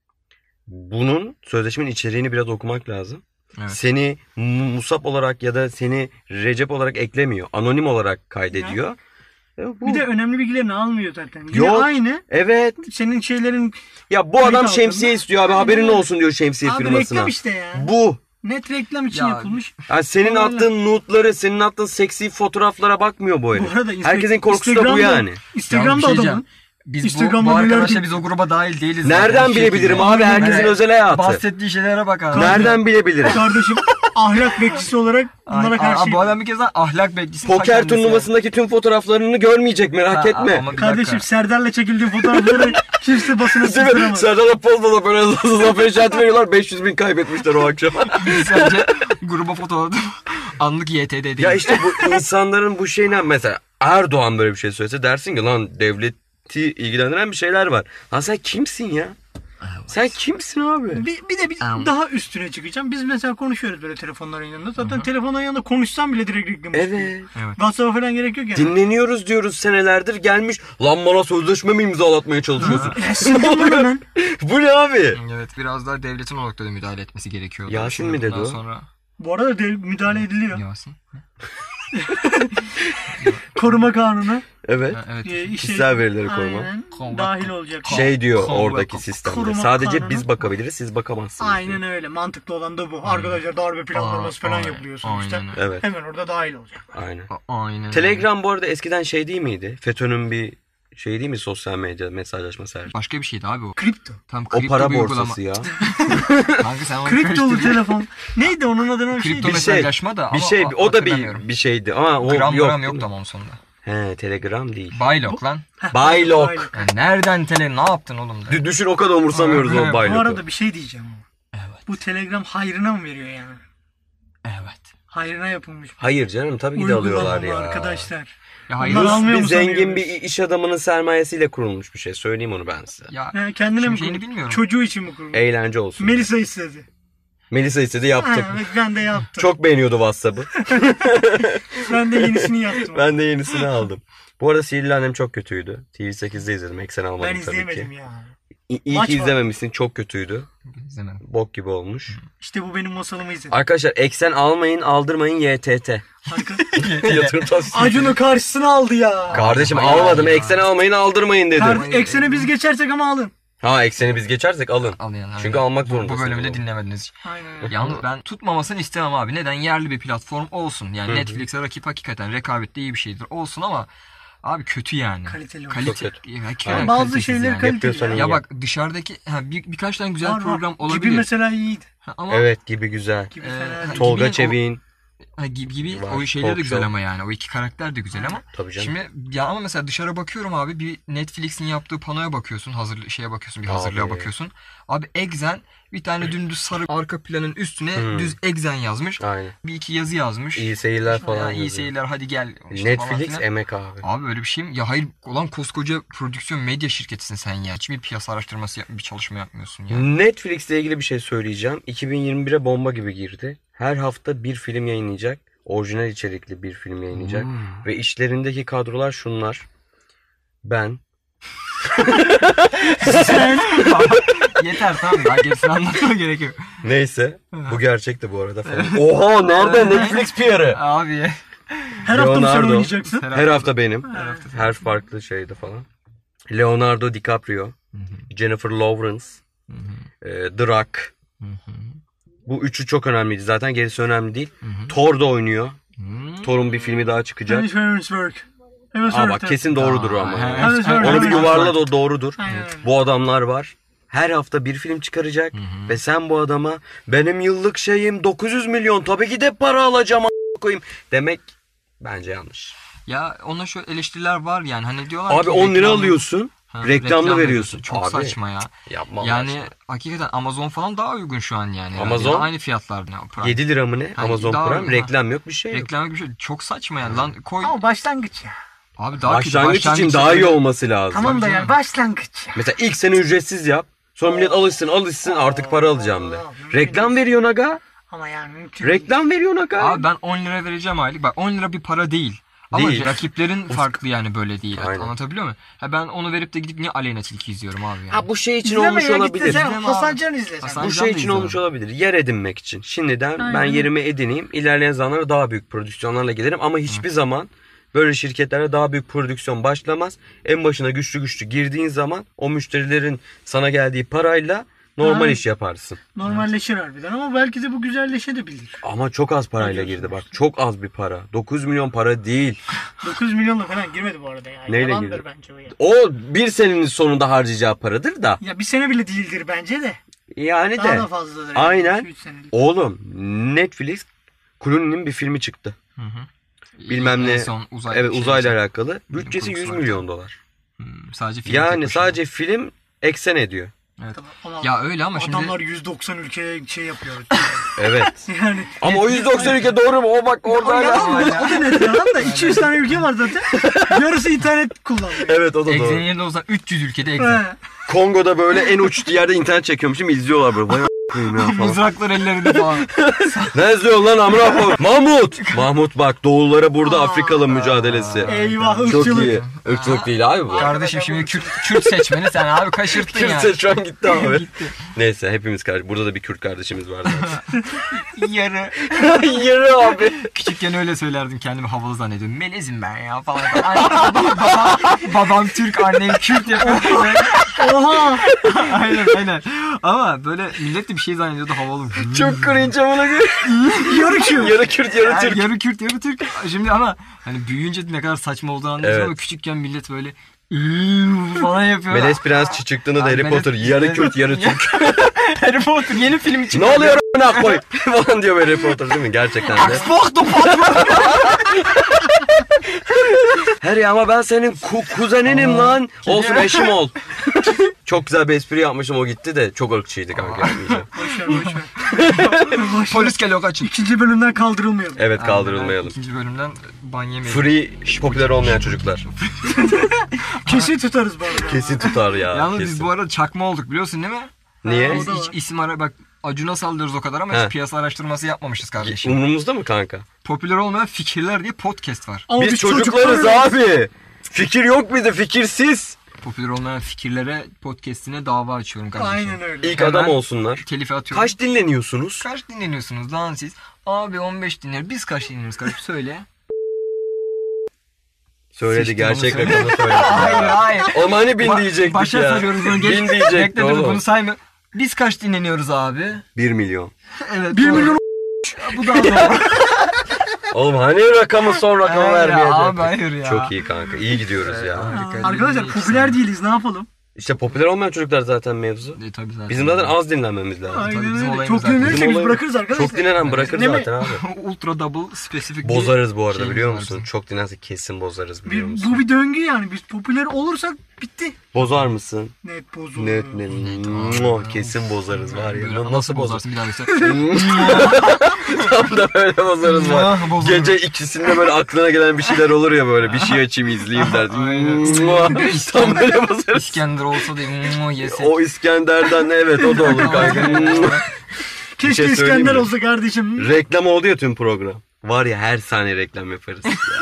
Bunun sözleşmenin içeriğini biraz okumak lazım. Evet. Seni Musab olarak ya da seni Recep olarak eklemiyor. Anonim olarak kaydediyor. Bu. Bir de önemli bilgilerini almıyor zaten. Yine Yok. aynı. Evet. Senin şeylerin... Ya bu Kayıt adam altında. şemsiye istiyor abi. Aynen Haberin öyle. olsun diyor şemsiye Abi firmasına. reklam işte ya. Bu. Net reklam için Ya, yapılmış. Yani senin Vallahi. attığın nude'ları, senin attığın seksi fotoğraflara bakmıyor bu herif. Bu arada Herkesin korkusu da bu Instagram'da- yani. Instagram'da Ya bir şey adamın. diyeceğim. Biz Instagram'da bu neler arkadaşlar değil. biz o gruba dahil değiliz. Nereden zaten. Hiçbir bilebilirim şekilde. abi, herkesin Hani özel hayatı. bahsettiği şeylere bak abi. Nereden bilebilirim? Kardeşim ahlak bekçisi olarak bunlara Ay, karşı. bu adam bir kez daha ahlak bekçisi. Poker turnuvasındaki tüm fotoğraflarını görmeyecek, merak etme. Kardeşim Serdar'la çekildiğim fotoğrafları kimse basına Değil mi? sızdıramaz. Serdar Apollo'da da böyle zafer işareti veriyorlar. 500.000 kaybetmişler o akşam. Sadece gruba fotoğrafı anlık YTD değil. Ya işte bu insanların bu şeyine, mesela Erdoğan böyle bir şey söylese dersin ki lan devleti ilgilendiren bir şeyler var. Lan sen kimsin ya? Sen kimsin abi? Bir de daha üstüne çıkacağım. Biz mesela konuşuyoruz böyle telefonların yanında. Zaten telefonların yanında konuşsam bile direkt reklam çıkıyor. Evet. WhatsApp'a falan gerek yok yani. Dinleniyoruz diyoruz senelerdir, gelmiş. Lan bana sözleşme mi imzalatmaya çalışıyorsun? Hemen. Bu ne abi? Evet, biraz daha devletin o noktada müdahale etmesi gerekiyor. Yasin mi dedi Bundan o? Sonra... Bu arada müdahale ediliyor. Yasin. Koruma kanunu. Evet. Evet. Kişisel verileri koruma. Aynen. Koruma. Dahil olacak. Şey diyor Koruma. oradaki sistemde. Koruma Sadece kanunu. biz bakabiliriz, siz bakamazsınız. Aynen öyle. Mantıklı olan da bu. Arkadaşlar darbe planlaması falan Aynen. yapılıyor sonuçta. Aynen. Evet. Hemen orada dahil olacak. Aynen. Aynen. Telegram bu arada eskiden şey değil miydi? FETÖ'nün bir şey değil mi, sosyal medya mesajlaşma servisi? Başka bir şeydi abi o. Kripto. Tam O kripto para bir uygulama. borsası ya. Kanka sen onu Kriptolu karıştırdın. telefon. Neydi onun adına bir Kripto şeydi? Bir şey, mesajlaşma da bir ama şey, o da hatırlamıyorum. bir şeydi ama o Gram yok. gram yok da onun sonunda. He, Telegram değil. Baylok lan. Baylok. Yani nereden ne yaptın oğlum da? Düşün, o kadar umursamıyoruz Evet. o Bu Baylok'u. arada bir şey diyeceğim. Evet. Bu Telegram hayrına mı veriyor yani? Evet. Hayrına yapılmış. Hayır canım, tabii ki de alıyorlar ya. Arkadaşlar. Ya hayır. Bunlar Rus almıyor bir mu zengin sanıyoruz? bir iş adamının sermayesiyle kurulmuş bir şey. Söyleyeyim onu ben size. Ya Yani kendine Şimdi mi şeyini kurmuş? bilmiyorum. Çocuğu için mi kurmuş? Eğlence olsun. Melisa istedi. Melisa istedi, yaptım. Ha, evet, ben de yaptım. Çok beğeniyordu WhatsApp'ı. Ben de yenisini yaptım. Ben de yenisini aldım. Bu arada Sihirli Annem çok kötüydü. TV8'de izledim. Eksen almadım Ben tabii izleyemedim ki. ya. İyi Maç ki var. izlememişsin. Çok kötüydü. izlemedim. Bok gibi olmuş. İşte bu benim masalımı izledim. Arkadaşlar eksen almayın, aldırmayın, YTT. Yatırım tavsiyesi. Acun'u karşısına aldı ya. Kardeşim Hayır almadım. ya. Ekseni almayın, aldırmayın dedim. Eksene biz geçersek ama alın. Ha, ekseni biz geçersek alın. Al yani. Çünkü almak Bu zorundasın. bölümü de oğlum. dinlemediniz. Aynen öyle. Yalnız ben tutmamasını istemem abi. Neden? Yerli bir platform olsun. Yani Netflix'e rakip hakikaten rekabette iyi bir şeydir. Olsun ama abi kötü yani. Kaliteli olsun. Çok Kalite. kötü. Ya, hakikaten Ama bazı kalitesiz şeyleri yani. kaliteli. Yapıyorsan iyi. Ya bak dışarıdaki birkaç tane güzel Var, var. program olabilir. Gibi mesela iyiydi. Ama Evet, gibi güzel. Gibi Ee, fena değil. Tolga Gibinin Çevik'in. gibi Var, o şeyler de talk güzel show. ama yani. O iki karakter de güzel ama. Tabii canım. Şimdi ya ama mesela dışarı bakıyorum abi, bir Netflix'in yaptığı panoya bakıyorsun, şeye bakıyorsun, bir hazırlığa Abi. bakıyorsun. Abi Exen bir tane dümdüz sarı arka planın üstüne düz Exen yazmış. Aynen. Bir iki yazı yazmış. İyi seyirler falan. Ya, iyi yazıyor. seyirler hadi gel. İşte falan Netflix filan. emek abi. Abi öyle bir şey mi? Ya hayır, ulan koskoca prodüksiyon medya şirketisin sen ya. Hiçbir piyasa araştırması bir çalışma yapmıyorsun ya. Netflix'le ilgili bir şey söyleyeceğim. 2021'e bomba gibi girdi. Her hafta bir film yayınlayacak. Orijinal içerikli bir film yayınlayacak. Ve işlerindeki kadrolar şunlar. Ben. Yeter tamam, daha gerisini anlatmama gerek yok. Neyse. Bu gerçekti bu arada falan. Oha, nerede Netflix PR'ı? Abi. Her hafta mı sen Leonardo. oynayacaksın? Her hafta benim. hafta Her farklı şeyde falan. Leonardo DiCaprio. Jennifer Lawrence. The Rock. Bu üçü çok önemliydi. Zaten gerisi önemli değil. Thor da oynuyor. Thor'un bir filmi daha çıkacak. Dennis Hemsworth. Aa bak, kesin doğrudur ama. Hemsworth. Onu bir Hemsworth. yuvarla da doğrudur. Aynen. Bu adamlar var. Her hafta bir film çıkaracak. Ve sen bu adama benim yıllık şeyim 900 milyon, tabii ki de para alacağım koyayım demek bence yanlış. Ya ona şu eleştiriler var yani, hani diyorlar Abi ki 10 lira reklamlı- alıyorsun. Ha, reklamlı reklam veriyorsun. Çok Abi, saçma ya. Yapma Allah Yani aşkına. hakikaten Amazon falan daha uygun şu an yani. Amazon? Yani aynı fiyatlar. Prime. 7 lira mı ne? Ha, Amazon daha- Prime. ha. Reklam yok, bir şey yok. Reklam gibi bir şey. Çok saçma yani. Lan koy. Ama başlangıç ya. Abi daha kötü. Başlangıç için daha iyi olması lazım. Tamam da Tabii yani canım. başlangıç ya. Mesela ilk sene ücretsiz yap. Sonra millet alışsın artık para alacağım de. Reklam veriyorsun aga. Ama yani mümkün değil. Reklam veriyorsun aga. Abi ben 10 lira vereceğim aylık. Bak 10 lira bir para değil. Ama Değil. rakiplerin farklı yani, böyle değil. Aynen. Anlatabiliyor muyum? Ha ben onu verip de gidip niye Aleyna Tilki izliyorum abi yani. Ha, bu şey için İzleme olmuş ya, git de olabilir. sen İzleme Hasan abi. Can izle sen. Hasan Bu Can şey da için izliyorum. olmuş olabilir. Yer edinmek için. Şimdiden ben Aynen. yerimi edineyim. İlerleyen zamanlarda daha büyük prodüksiyonlarla gelirim. Ama hiçbir zaman böyle şirketlere daha büyük prodüksiyon başlamaz. En başına güçlü girdiğin zaman o müşterilerin sana geldiği parayla normal Aynen. iş yaparsın. Normalleşir harbiden ama belki de bu güzelleşebilir. Ama çok az parayla Ne girdi diyorsun bak. Çok az bir para. 9 milyon para değil. 9 milyonla falan girmedi bu arada ya. Neyle Yalandır girdi? bence o ya. O bir senenin sonunda harcayacağı paradır da. Ya bir sene bile değildir bence de. Yani Daha de. da fazladır. Yani. Aynen. 2-3 senelik. Oğlum Netflix Clooney'nin bir filmi çıktı. Bilmem En ne. son uzay Evet, şey uzayla için. alakalı. Bilim Bütçesi kurgusu 100 var. milyon dolar. Sadece film tek Yani başına. sadece film eksen ediyor. Evet. Ama Ya öyle ama şimdi adamlar 190 ülkeye şey yapıyor. Evet. Yani Ama o 190 ülke doğru mu? O bak orada hala. o da net yalan da 200 tane ülke var zaten. Yarısı internet kullanıyor. Evet o da Exe'nin doğru. yerinde olsan 300 ülkede Exe. He. Kongo'da böyle en uç yerde internet çekiyormuşum izliyorlar böyle. Vay a**ayım ya falan. Mızraklar ellerinde falan. Ne izliyorsun lan amına koyayım? Mahmut bak doğullara burada Afrikalı mücadelesi. Eyvah Çok ırkçılık. iyi. Irkçılık değil abi bu. Kardeşim şimdi Kürt seçmeni sen abi kaşırttın yani. Kürtse şu an gitti abi. Gitti. Neyse hepimiz kardeş. Burada da bir Kürt kardeşimiz var zaten. Yarı. Yürü abi. Küçükken öyle söylerdim, kendimi havalı zannediyordum. Melezim ben ya falan. Babam Türk, annem Kürt yapıyor. Oha. aynen. Ama böyle millet de bir şey zannediyordu, havalı. Çok cringe amına koyayım. Yarı Kürt. Yarı Kürt yarı Yani Türk. yarı Kürt, yarı Türk. Şimdi ama hani büyüyünce ne kadar saçma olduğunu anlıyorsun Evet. ama küçükken millet böyle falan yapıyor. Melez Prens çıktığında da Harry Melez- Potter yarı Kürt yarı Türk. Harry Potter yeni film için. Ne oluyor amına koy falan diyor Harry Potter değil mi? Gerçekten de. Harry ama ben senin kuzeninim lan. Olsun eşim ol. Çok güzel bir espri yapmışım o gitti de çok ırkçıydı kanka. Boşver. Polis geliyor, kaçın. İkinci bölümden kaldırılmayalım. Evet kaldırılmayalım. İkinci bölümden ban yemeyelim. Free popüler olmayan çocuklar. Kesin tutarız bu arada. Kesin tutar ya. Yalnız kesin. biz bu arada çakma olduk biliyorsun değil mi? Niye? O Biz da hiç var. isim bak Acun'a sallıyoruz o kadar ama He. hiç piyasa araştırması yapmamışız kardeşim. Umurumuzda mı kanka? Popüler olmayan fikirler diye podcast var. Ama Biz çocuklarız abi. Fikir yok bizde, fikirsiz. Popüler olmayan fikirlere podcastine dava açıyorum kardeşim. Aynen öyle. İlk Hemen adam olsunlar. Telife atıyorum. Kaç dinleniyorsunuz? Kaç dinleniyorsunuz lan siz? Abi 15 dinler. Biz kaç dinliyoruz kardeşim söyle. Söyledi, Sıçtım gerçek onu, rakamı söyledi. Hayır. Oğlum hani bin diyecektik Başa ya. soruyoruz bunu. Geç. Bin diyecekti Bekle dur, bunu oğlum. sayma. Biz kaç dinleniyoruz abi? 1 milyon. Evet. 1 doğru. milyon Bu daha doğru. Oğlum hani rakamı son rakamı Hayır ya, vermeyecektik. abi hayır ya. Çok iyi kanka. İyi gidiyoruz ya. Harika. Arkadaşlar popüler değiliz, ne yapalım? İşte popüler olmayan çocuklar zaten mevzu. Tabii zaten. Bizim zaten az dinlenmemiz lazım. bizim Aynen öyle. olayımız Çok zaten. dinlenirsek Bizim biz olayımız- bırakırız arkadaşlar. Çok dinlenen bırakır Dinleme- zaten abi. Ultra double spesifik Bozarız bu arada şeyimiz biliyor var musun? bizim. Çok dinlense kesin bozarız biliyor Bir, musun? bu bir döngü yani. Biz popüler olursak bitti. Bozar mısın? Net bozulur. Net net. Muah, kesin bozarız var ya. Böyle Nasıl bozar? bozarsın bir daha işte. Tam da böyle bozarız var. Muah, bozulur. Gece ikisinde böyle aklına gelen bir şeyler olur ya böyle. Bir şey açayım izleyeyim dersin. Aynen. Muah, Tam böyle bozarız. İskender olsa da yesek. O İskender'den evet o da olur kanka. Keşke şey söyleyeyim İskender mi? olsa kardeşim. Reklam oldu ya tüm program. Var ya her saniye reklam yaparız.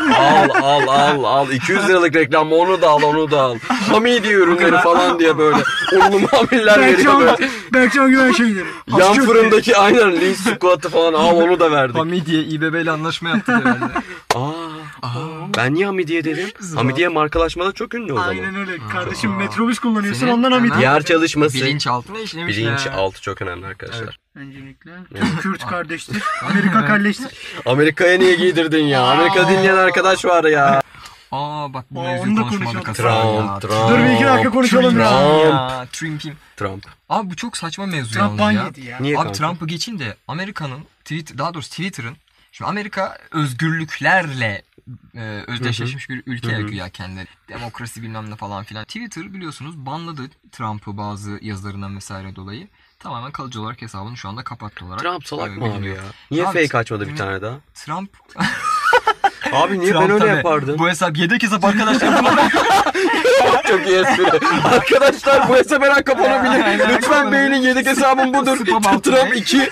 Al 200 liralık reklam onu da al. Hamidiye ürünleri falan diye böyle. Unlu mamiller veriyor böyle. Berkcan Güven şeyleri. Yan fırındaki aynen linç squat'ı falan al onu da verdik. Hamidiye İBB ile anlaşma yaptık herhalde. Ben niye Hamidiye dedim? Hamidiye markalaşmada çok ünlü o zaman. Aynen öyle. Kardeşim metrobüs kullanıyorsun Senin ondan hemen- Hamit. Yer çalışması. Bilinçaltına işlemiş Bilinç ya. altı çok önemli arkadaşlar. Öncelikle Kürt kardeştir. Amerika kardeştir. Amerika'ya niye giydirdin ya? Amerika dinleyen arkadaş var ya. Bak bu Onu mevzuyu da konuşmadık. konuşalım. aslında Trump. Dur bir iki dakika konuşalım ya. Trump'im. Abi bu çok saçma mevzu Trump ban yalnız ya. yedi ya. Niye Abi kanka? Trump'ı geçin de Amerika'nın daha doğrusu Twitter'ın, şimdi Amerika özgürlüklerle özdeşleşmiş bir ülke ya güya kendileri. Demokrasi bilmem ne falan filan. Twitter biliyorsunuz banladı Trump'ı bazı yazılarından vesaire dolayı. Tamamen kalıcı olarak hesabını şu anda kapattı olarak. Trump salak mı abi biliniyor. ya? Niye Abi, fake açmadı bir tane daha? Trump Abi niye Trump ben öyle tabii. yapardım? Bu hesap yedek hesap arkadaşlar. Çok iyi espri. Arkadaşlar bu hesap her an kapanabilir. Aynen, Lütfen kapanabilir. beğenin yedek hesabım budur. Spam altı Trump ne? 2.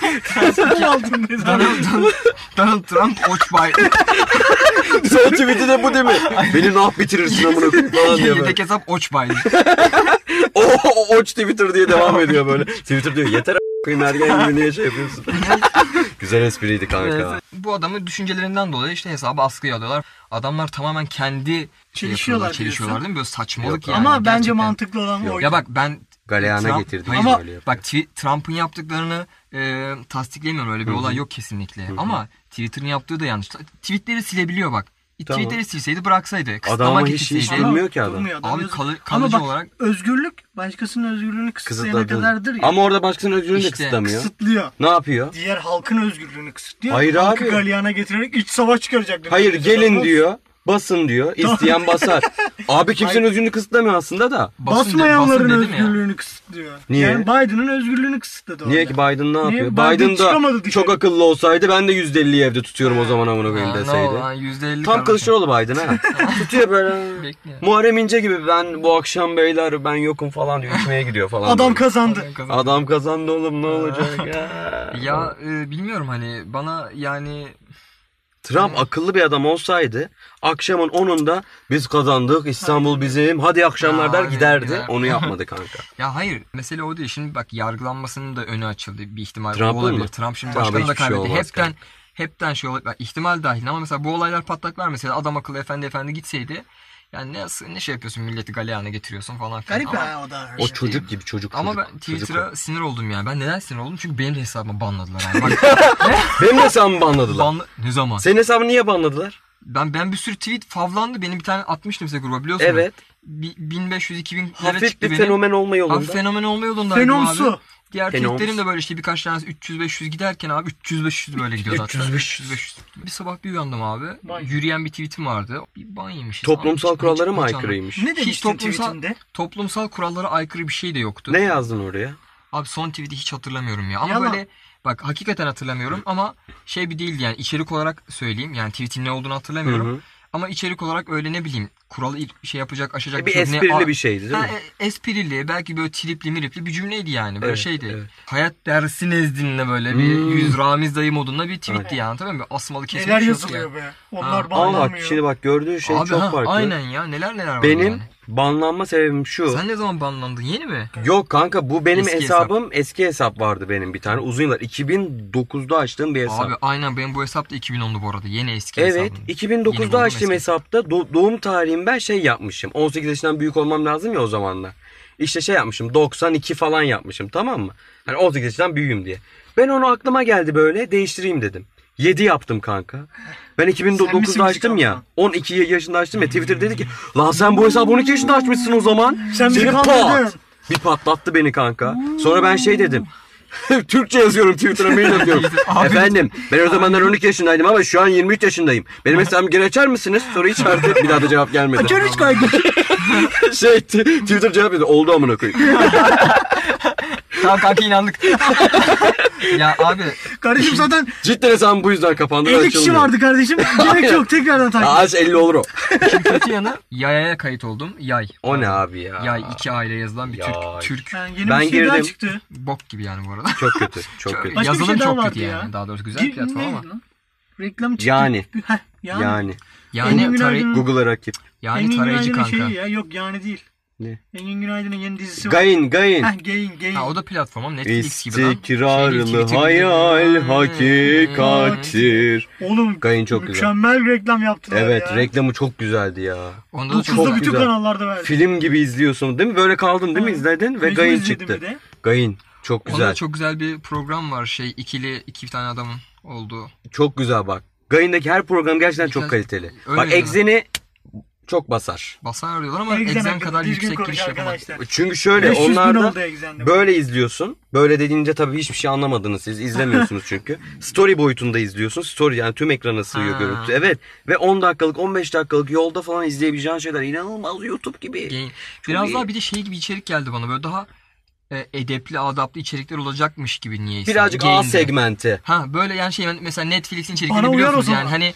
Donald Trump Watch Biden. Son tweet'i de bu değil mi? Beni nah bitirirsin amına koyayım falan diye böyle. Yedek hesap Watch Biden. O Twitter diye devam ediyor böyle. Twitter diyor yeter a**ayım ergen gibi niye şey yapıyorsun? Güzel espriydi kanka. Bu adamın düşüncelerinden dolayı işte hesabı askıya alıyorlar. Adamlar tamamen kendi Çelişiyorlar çelişiyorlar değil mi? Böyle saçmalık Yok yani. Ama bence gerçekten. mantıklı olan o. Ya bak ben Galeyana Trump- getirdi. Hayır, Ama- böyle yapıyor. bak Trump'ın yaptıklarını tasdiklemiyorum, öyle bir olay yok kesinlikle. Ama Twitter'ın yaptığı da yanlış. Tweetleri silebiliyor bak. Tamam. Tweetleri silseydi bıraksaydı. Adam Kısıtlama ama hiç getirseydi. bilmiyor ki adam. Durmuyor, Abi yazıyor. kalıcı Ama bak, olarak özgürlük başkasının özgürlüğünü kısıtlayana Kısıtladı. kadardır ya. Ama orada başkasının özgürlüğünü de İşte, kısıtlamıyor. Kısıtlıyor. Ne yapıyor? Diğer halkın özgürlüğünü kısıtlıyor. Hayır Halkı abi. galyana getirerek iç savaş çıkaracak. Hayır gelin diyor. Basın diyor. İsteyen basar. Abi kimsenin özgürlüğünü kısıtlamıyor aslında da. Basmayanların basın dedim ya. özgürlüğünü kısıtlıyor. Niye? Yani Biden'ın özgürlüğünü kısıtladı Niye orada. ki Biden ne yapıyor? Biden Biden çıkamadı da dışarı. çok akıllı olsaydı ben de %50'yi evde tutuyorum o zaman amına koyayım Ha, ne deseydi. oldu lan %50 Tam Kılıçdaroğlu Biden ha. Tutuyor böyle. Bekle. Muharrem İnce gibi ben bu akşam beyler ben yokum falan diyor. İçmeye gidiyor falan. Adam böyle. kazandı. Adam kazandı oğlum ne olacak ya. Ya bilmiyorum hani bana yani Trump akıllı bir adam olsaydı akşamın 10'unda biz kazandık İstanbul bizim hadi akşamlar der Abi, giderdi. gider. Onu yapmadı kanka. ya hayır mesele o değil. Şimdi bak yargılanmasının da önü açıldı bir ihtimal Trump'ın olabilir. mı? Trump şimdi Trump'a başkanı da hiçbir şey kaybetti. olmaz Hepten şey olabilir. Bak, ihtimal dahil ama mesela bu olaylar patlaklar mesela adam akıllı efendi gitseydi yani ne şey yapıyorsun milleti galeyana getiriyorsun falan filan. Garip Ama- ya o da. O çocuk gibi çocuk. Ama çocuk. ben Çocuk Twitter'a sinir oldum yani. Ben neden sinir oldum? Çünkü benim de hesabımı banladılar. Yani. Bak, o. Benim hesabımı banladılar. ne zaman? Senin hesabını niye banladılar? Ben bir sürü tweet favlandı. Benim bir tane atmıştım size gruba biliyorsun. Evet. 1500-2000 Hafif çıktı bir benim. fenomen olma yolunda. Abi fenomen olma yolundaydım abi. Fenomsu. Diğer Fenoms. tweetlerim de böyle işte birkaç tanesi 300-500 giderken abi 300-500 böyle gidiyordu hatta. 300-500. Bir sabah bir uyandım abi. Vay. Yürüyen bir tweetim vardı. Bir ban yemişiz. Toplumsal Abi, kurallara mı hiç anlamadım. aykırıymış? Ne demiştin toplumsal- tweetinde? Toplumsal kurallara aykırı bir şey de yoktu. Ne yazdın oraya? Abi son tweet'i hiç hatırlamıyorum ya. Ama Yalan. böyle bak hakikaten hatırlamıyorum ama şey bir değildi yani içerik olarak söyleyeyim. Yani tweet'in ne olduğunu hatırlamıyorum. Hı hı. Ama içerik olarak öyle ne bileyim kuralı şey yapacak aşacak Bir şey yok. esprili bir şeydi değil Ha, mi? esprili belki böyle tripli miripli bir cümleydi yani. Böyle Evet, şeydi. evet. Hayat dersi nezdinde böyle bir yüz Ramiz dayı modunda bir tweetti yani tabii mi? Asmalı kesin Neler bir şey yok yazılıyor yani. be. Onlar Ha. Ama bak bağlanmıyor. şimdi bak gördüğün şey Abi, çok farklı. aynen ya neler var Benim yani. banlanma sebebim şu. Sen ne zaman banlandın? Yeni mi? Yok kanka bu benim Eski hesabım. Eski hesap vardı benim bir tane. Uzun yıllar. 2009'da açtığım bir hesap. Abi aynen benim bu hesap da 2010'lu bu arada. Yeni eski Evet, hesabım. Yeni 2009'da buldum açtığım eski. hesapta doğum tarihim ben şey yapmışım. 18 yaşından büyük olmam lazım ya o zamanlar. İşte şey yapmışım. 92 falan yapmışım, tamam mı? Hani 18 yaşından büyüğüm diye. Ben onu aklıma geldi böyle değiştireyim dedim. 7 yaptım kanka. Ben Sen misin 2009'da açtım ya. çıkan? 12 yaşında açtım ya. Twitter dedi ki lan sen bu hesabı 12 yaşında açmışsın o zaman. Sen bizi Seni kandırdın. pat. Bir patlattı beni kanka. Sonra ben şey dedim. Türkçe yazıyorum Twitter'a mail atıyorum. Efendim ben o zamanlar 12 yaşındaydım ama şu an 23 yaşındayım. Benim hesabımı geri açar mısınız? Soru işareti. Bir daha da cevap gelmedi. Açarız kaydı. Şey Twitter cevap dedi. Oldu amına koyayım. Tamam kanka inandık. ya abi Kardeşim zaten Cidden hesabım bu yüzden kapandı. 50 kişi açılmıyor. vardı kardeşim. Gerek yok tekrardan Ya takip. aç 50 olur o. şimdi kötü yanı yayaya kayıt oldum. Yay. O ne abi ya? Yay 2 aile yazılan bir Yay. Türk Yani yeni Ben bir şey daha girdim. çıktı. bok gibi yani bu arada. Çok kötü. Çok kötü. Başka bir Yazılım şey daha çok vardı kötü ya. yani. Daha doğrusu güzel bir platform Neydi ama. lan? Reklam çıktı. Yani. Heh, yani. Yani Engin Günaydın'ın- Google'a rakip. yani Engin tarayıcı Günaydın'ın kanka. şeyi ya. Yok yani değil. Ne? Engin Günaydın'ın yeni dizisi var. Gain. Heh, Gain. Ha o da platform ama Netflix gibi lan. İstikrarlı Şeyli, Twitter hayal gibi. hakikattir. Oğlum Gain çok güzel. mükemmel reklam yaptılar Evet ya. reklamı çok güzeldi ya. Onda da çok 9'da çok bütün güzel. kanallarda verdi. Film gibi izliyorsun değil mi? Böyle kaldın değil mi? Ha. İzledin ve Mecbur Gain izledim çıktı. bir de. Gain çok Onda güzel. da çok güzel bir program var şey iki tane adamın olduğu. Çok güzel bak. Gain'deki her program gerçekten çok Birkaç- kaliteli. Öyle Bak mi? Exen'i çok basar. Basar diyorlar ama Exen Exen hakkında kadar düzgün yüksek konuş giriş yapamadı. arkadaşlar. Çünkü şöyle 500 bin onlarda oldu Exen'de. böyle izliyorsun. Böyle dediğince tabii hiçbir şey anlamadınız siz. İzlemiyorsunuz çünkü. Story boyutunda izliyorsun. Story yani tüm ekrana sığıyor Ha. görüntü. Evet. Ve 10 dakikalık 15 dakikalık yolda falan izleyebileceğin şeyler inanılmaz YouTube gibi. Biraz iyi. daha bir de şey gibi içerik geldi bana böyle daha edepli, adaplı içerikler olacakmış gibi niyeyse. Birazcık A Gain'de. segmenti. Ha böyle yani şey mesela Netflix'in Bana içeriklerini uyar o biliyorsunuz zaman. yani hani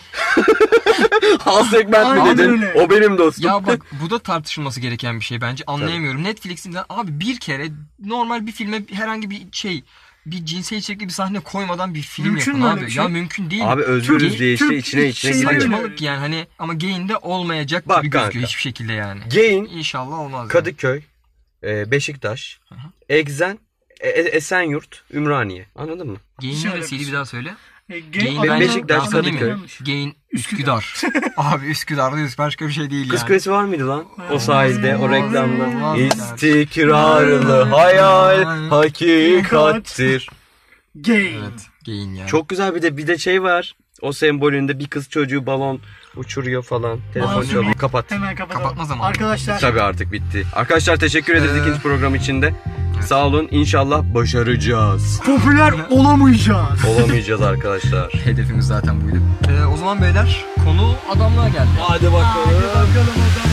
A segment mi Aynen dedin? öyle. O benim dostum. ya bak bu da tartışılması gereken bir şey bence anlayamıyorum. Netflix'inden abi bir kere normal bir filme herhangi bir şey bir cinsel içerikli bir sahne koymadan bir film Mümkün yapın mü abi. öyle bir şey? Ya mümkün değil. Abi özgürüz Türk- diye işte Türk içine şeyleri giriyor. mi? Saçmalık yani hani ama Gain'de olmayacak Bak gibi gözüküyor kanka. hiçbir şekilde yani. Gain, İnşallah olmaz. yani. Kadıköy, Beşiktaş, Egzen, Esenyurt, Ümraniye. Anladın mı? Gain'in Şöyle neresiydi bir bir daha söyle. Gain ben- Beşiktaş, ben sana diyeyim mi? Kadıköy. Gain Üsküdar. Abi Üsküdar'da başka bir şey değil Kız yani. Kulesi var mıydı lan? O sahilde, o reklamda. Var. İstikrarlı hayal hakikattir. Gain. Evet. Gain yani. Çok güzel bir de şey var. O sembolünde bir kız çocuğu balon uçuruyor falan. Telefon Masum. çalıyor. Kapat. Hemen kapatalım. Kapatma zamanı. Arkadaşlar Tabii artık bitti. Arkadaşlar teşekkür ederiz ikinci program için de. Sağ olun. İnşallah başaracağız. Popüler olamayacağız. Olamayacağız arkadaşlar. Hedefimiz zaten buydu. O zaman beyler konu adamlığa geldi. Hadi bakalım. Hadi bakalım o zaman.